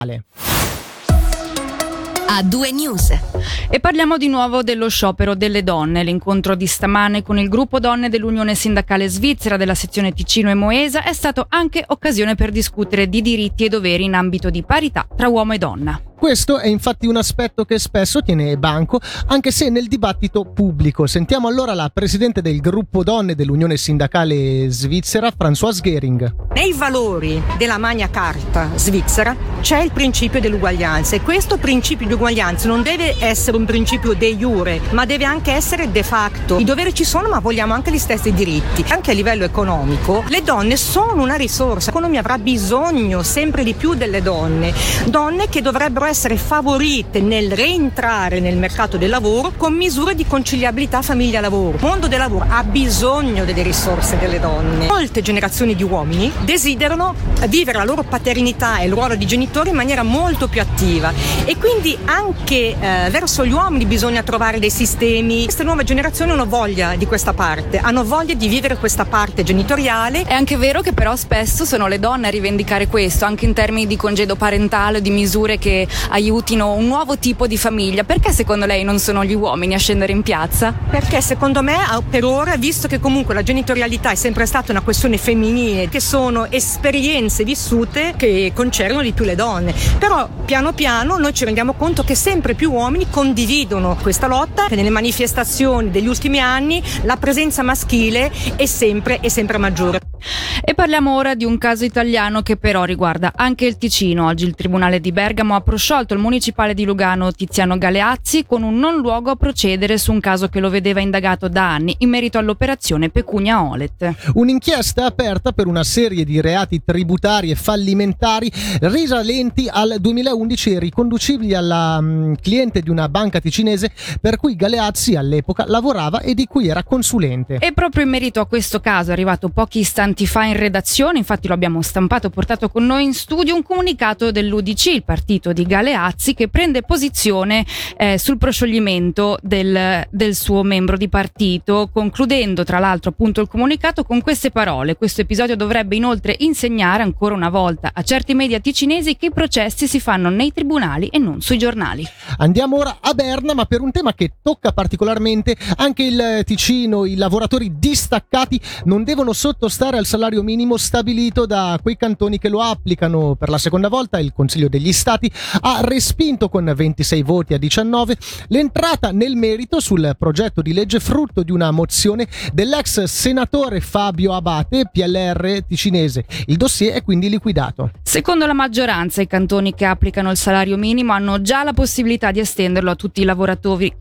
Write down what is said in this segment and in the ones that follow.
A2 News. E parliamo di nuovo dello sciopero delle donne. L'incontro di stamane con il gruppo donne dell'Unione Sindacale Svizzera della sezione Ticino e Moesa è stato anche occasione per discutere di diritti e doveri in ambito di parità tra uomo e donna. Questo è infatti un aspetto che spesso tiene banco, anche se nel dibattito pubblico. Sentiamo allora la presidente del gruppo donne dell'Unione Sindacale Svizzera, Françoise Gehring. Nei valori della Magna Carta svizzera c'è il principio dell'uguaglianza, e questo principio di uguaglianza non deve essere un principio de jure, ma deve anche essere de facto. I doveri ci sono, ma vogliamo anche gli stessi diritti. Anche a livello economico le donne sono una risorsa. L'economia avrà bisogno sempre di più delle donne che dovrebbero essere favorite nel rientrare nel mercato del lavoro con misure di conciliabilità famiglia-lavoro. Il mondo del lavoro ha bisogno delle risorse delle donne. Molte generazioni di uomini desiderano vivere la loro paternità e il ruolo di genitori in maniera molto più attiva, e quindi anche verso gli uomini bisogna trovare dei sistemi. Queste nuove generazioni hanno voglia di questa parte, hanno voglia di vivere questa parte genitoriale. È anche vero che però spesso sono le donne a rivendicare questo, anche in termini di congedo parentale, di misure che aiutino un nuovo tipo di famiglia. Perché secondo lei non sono gli uomini a scendere in piazza? Perché secondo me per ora, visto che comunque la genitorialità è sempre stata una questione femminile, che sono esperienze vissute che concernono di più le donne, però piano piano noi ci rendiamo conto che sempre più uomini condividono questa lotta, che nelle manifestazioni degli ultimi anni la presenza maschile è sempre maggiore. E parliamo ora di un caso italiano che però riguarda anche il Ticino. Oggi il Tribunale di Bergamo ha prosciolto il municipale di Lugano Tiziano Galeazzi con un non luogo a procedere su un caso che lo vedeva indagato da anni in merito all'operazione Pecunia Olet. Un'inchiesta aperta per una serie di reati tributari e fallimentari risalenti al 2011 e riconducibili alla cliente di una banca ticinese per cui Galeazzi all'epoca lavorava e di cui era consulente. E proprio in merito a questo caso è arrivato pochi istanti fa in redazione, infatti lo abbiamo stampato e portato con noi in studio, un comunicato dell'UDC, il partito di Galeazzi, che prende posizione sul proscioglimento del suo membro di partito, concludendo tra l'altro appunto il comunicato con queste parole: questo episodio dovrebbe inoltre insegnare ancora una volta a certi media ticinesi che i processi si fanno nei tribunali e non sui giornali. Andiamo ora a Berna, ma per un tema che tocca particolarmente anche il Ticino. I lavoratori distaccati non devono sottostare al salario minimo stabilito da quei cantoni che lo applicano. Per la seconda volta il Consiglio degli Stati ha respinto con 26 voti a 19 l'entrata nel merito sul progetto di legge frutto di una mozione dell'ex senatore Fabio Abate, PLR ticinese. Il dossier è quindi liquidato. Secondo la maggioranza, i cantoni che applicano il salario minimo hanno già la possibilità di estenderlo a tutti i lavoratori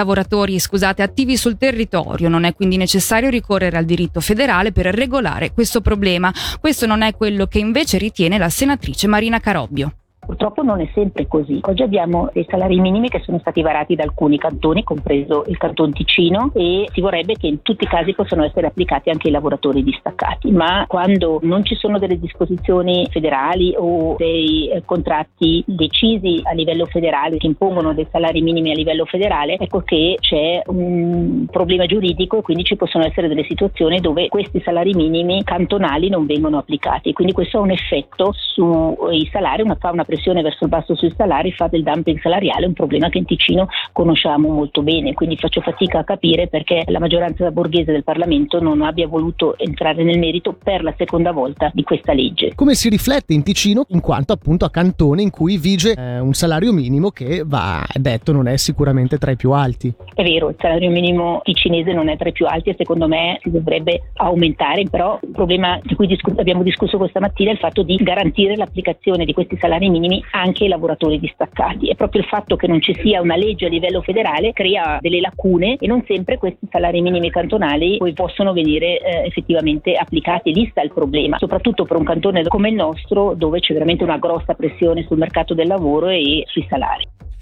attivi sul territorio. Non è quindi necessario ricorrere al diritto federale per regolare questo problema. Questo non è quello che invece ritiene la senatrice Marina Carobbio. Purtroppo non è sempre così. Oggi abbiamo dei salari minimi che sono stati varati da alcuni cantoni, compreso il Canton Ticino, e si vorrebbe che in tutti i casi possano essere applicati anche ai lavoratori distaccati. Ma quando non ci sono delle disposizioni federali o dei contratti decisi a livello federale che impongono dei salari minimi a livello federale, ecco che c'è un problema giuridico, e quindi ci possono essere delle situazioni dove questi salari minimi cantonali non vengono applicati. Quindi questo ha un effetto sui salari, fa una pressione verso il basso sui salari, fa del dumping salariale, un problema che in Ticino conosciamo molto bene. Quindi faccio fatica a capire perché la maggioranza borghese del Parlamento non abbia voluto entrare nel merito per la seconda volta di questa legge. Come si riflette in Ticino, in quanto appunto a cantone in cui vige un salario minimo che, va detto, non è sicuramente tra i più alti. È vero, il salario minimo ticinese non è tra i più alti e secondo me si dovrebbe aumentare, però il problema di cui abbiamo discusso questa mattina è il fatto di garantire l'applicazione di questi salari minimi anche ai lavoratori distaccati. È proprio il fatto che non ci sia una legge a livello federale crea delle lacune, e non sempre questi salari minimi cantonali poi possono venire effettivamente applicati. Lì sta il problema, soprattutto per un cantone come il nostro, dove c'è veramente una grossa pressione sul mercato del lavoro e sui salari.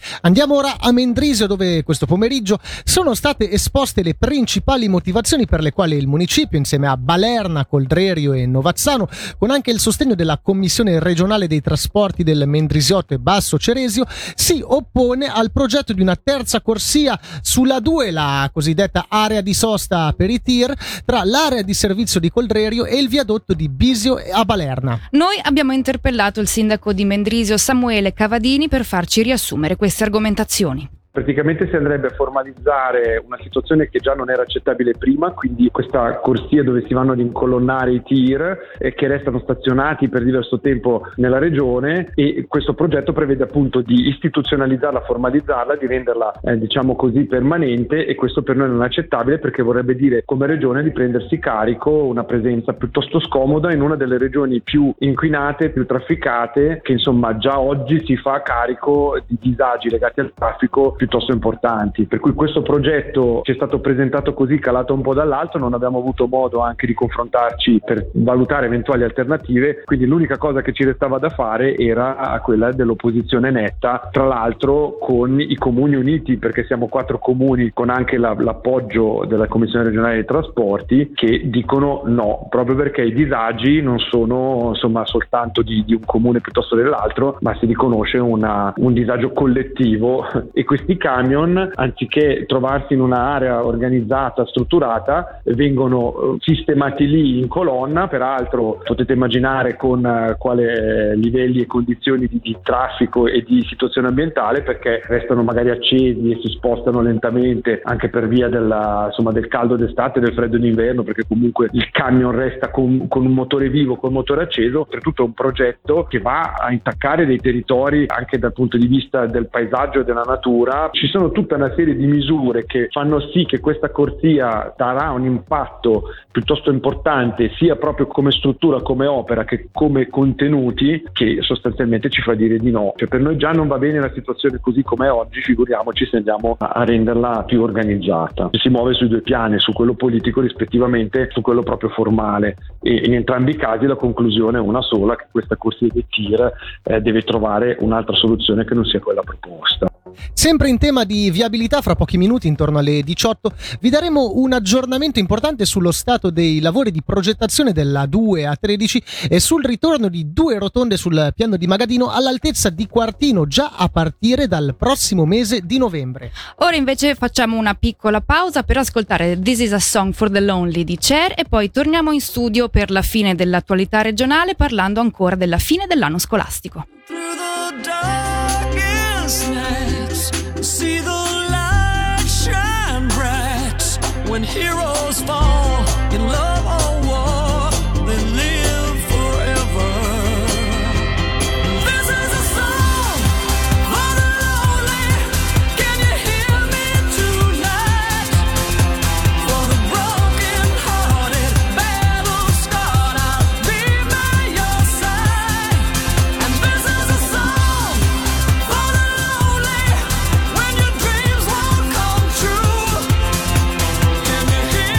Andiamo ora a Mendrisio, dove questo pomeriggio sono state esposte le principali motivazioni per le quali il municipio, insieme a Balerna, Coldrerio e Novazzano, con anche il sostegno della Commissione regionale dei trasporti del Mendrisiotto e Basso Ceresio, si oppone al progetto di una terza corsia sulla 2, la cosiddetta area di sosta per i tir, tra l'area di servizio di Coldrerio e il viadotto di Bisio a Balerna. Noi abbiamo interpellato il sindaco di Mendrisio, Samuele Cavadini, per farci riassumere queste argomentazioni. Praticamente si andrebbe a formalizzare una situazione che già non era accettabile prima, quindi questa corsia dove si vanno ad incolonnare i tir che restano stazionati per diverso tempo nella regione, e questo progetto prevede appunto di istituzionalizzarla, formalizzarla, di renderla diciamo così permanente, e questo per noi non è accettabile, perché vorrebbe dire come regione di prendersi carico una presenza piuttosto scomoda in una delle regioni più inquinate, più trafficate, che insomma già oggi si fa carico di disagi legati al traffico piuttosto importanti, per cui questo progetto ci è stato presentato così, calato un po' dall'alto, non abbiamo avuto modo anche di confrontarci per valutare eventuali alternative, quindi l'unica cosa che ci restava da fare era quella dell'opposizione netta, tra l'altro con i comuni uniti, perché siamo 4 comuni con anche l'appoggio della Commissione regionale dei trasporti, che dicono no, proprio perché i disagi non sono insomma soltanto di un comune piuttosto dell'altro, ma si riconosce un disagio collettivo, e questi camion, anziché trovarsi in un'area organizzata, strutturata, vengono sistemati lì in colonna. Peraltro potete immaginare con quale livelli e condizioni di traffico e di situazione ambientale, perché restano magari accesi e si spostano lentamente anche per via del caldo d'estate e del freddo d'inverno, perché comunque il camion resta con un motore vivo, con un motore acceso. Oltretutto è un progetto che va a intaccare dei territori anche dal punto di vista del paesaggio e della natura. Ci sono tutta una serie di misure che fanno sì che questa corsia darà un impatto piuttosto importante, sia proprio come struttura, come opera, che come contenuti, che sostanzialmente ci fa dire di no. Cioè, per noi già non va bene la situazione così com'è oggi, figuriamoci se andiamo a renderla più organizzata. Si muove sui 2 piani, su quello politico rispettivamente, su quello proprio formale, e in entrambi i casi la conclusione è una sola, che questa corsia dei tir deve trovare un'altra soluzione che non sia quella proposta. Sempre in tema di viabilità, fra pochi minuti, intorno alle 18, vi daremo un aggiornamento importante sullo stato dei lavori di progettazione della 2 A13 e sul ritorno di 2 rotonde sul piano di Magadino all'altezza di Quartino, già a partire dal prossimo mese di novembre. Ora invece facciamo una piccola pausa per ascoltare This is a Song for the Lonely di Cher, e poi torniamo in studio per la fine dell'attualità regionale, parlando ancora della fine dell'anno scolastico. See the light shine bright when heroes fall in love or war, they live forever. This is a song for the lonely. Can you hear me tonight? For the broken hearted, battle scarred, I'll be by your side. And this is a song for the lonely. When your dreams won't come true, can you hear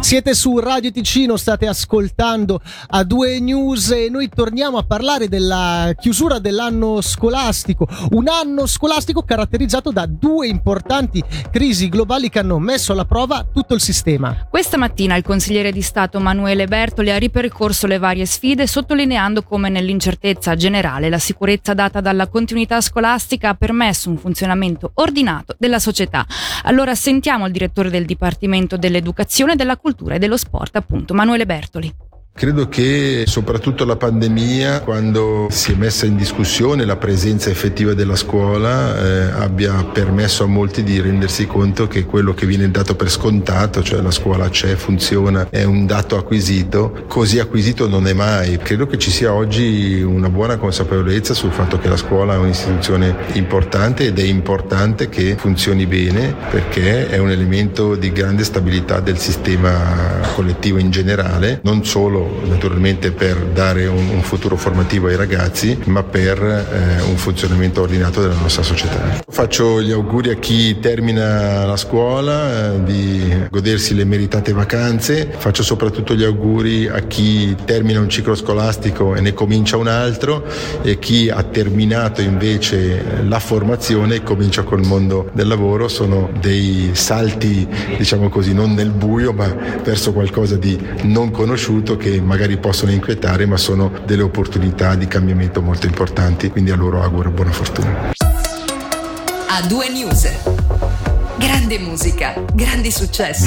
Siete su Radio Ticino, state ascoltando A2 News e noi torniamo a parlare della chiusura dell'anno scolastico. Un anno scolastico caratterizzato da due importanti crisi globali che hanno messo alla prova tutto il sistema. Questa mattina il consigliere di Stato Emanuele Bertoli ha ripercorso le varie sfide, sottolineando come nell'incertezza generale la sicurezza data dalla continuità scolastica ha permesso un funzionamento ordinato della società. Allora sentiamo il direttore del Dipartimento dell'Educazione, della Cultura e dello Sport, appunto, Emanuele Bertoli. Credo che soprattutto la pandemia, quando si è messa in discussione la presenza effettiva della scuola, abbia permesso a molti di rendersi conto che quello che viene dato per scontato, cioè la scuola c'è, funziona, è un dato acquisito, così acquisito non è mai. Credo che ci sia oggi una buona consapevolezza sul fatto che la scuola è un'istituzione importante ed è importante che funzioni bene, perché è un elemento di grande stabilità del sistema collettivo in generale, non solo naturalmente per dare un futuro formativo ai ragazzi, ma per un funzionamento ordinato della nostra società. Faccio gli auguri a chi termina la scuola di godersi le meritate vacanze, faccio soprattutto gli auguri a chi termina un ciclo scolastico e ne comincia un altro, e chi ha terminato invece la formazione e comincia col mondo del lavoro. Sono dei salti, diciamo così, non nel buio ma verso qualcosa di non conosciuto, che magari possono inquietare, ma sono delle opportunità di cambiamento molto importanti, quindi a loro auguro buona fortuna. A2 News. Grande musica, grandi successi.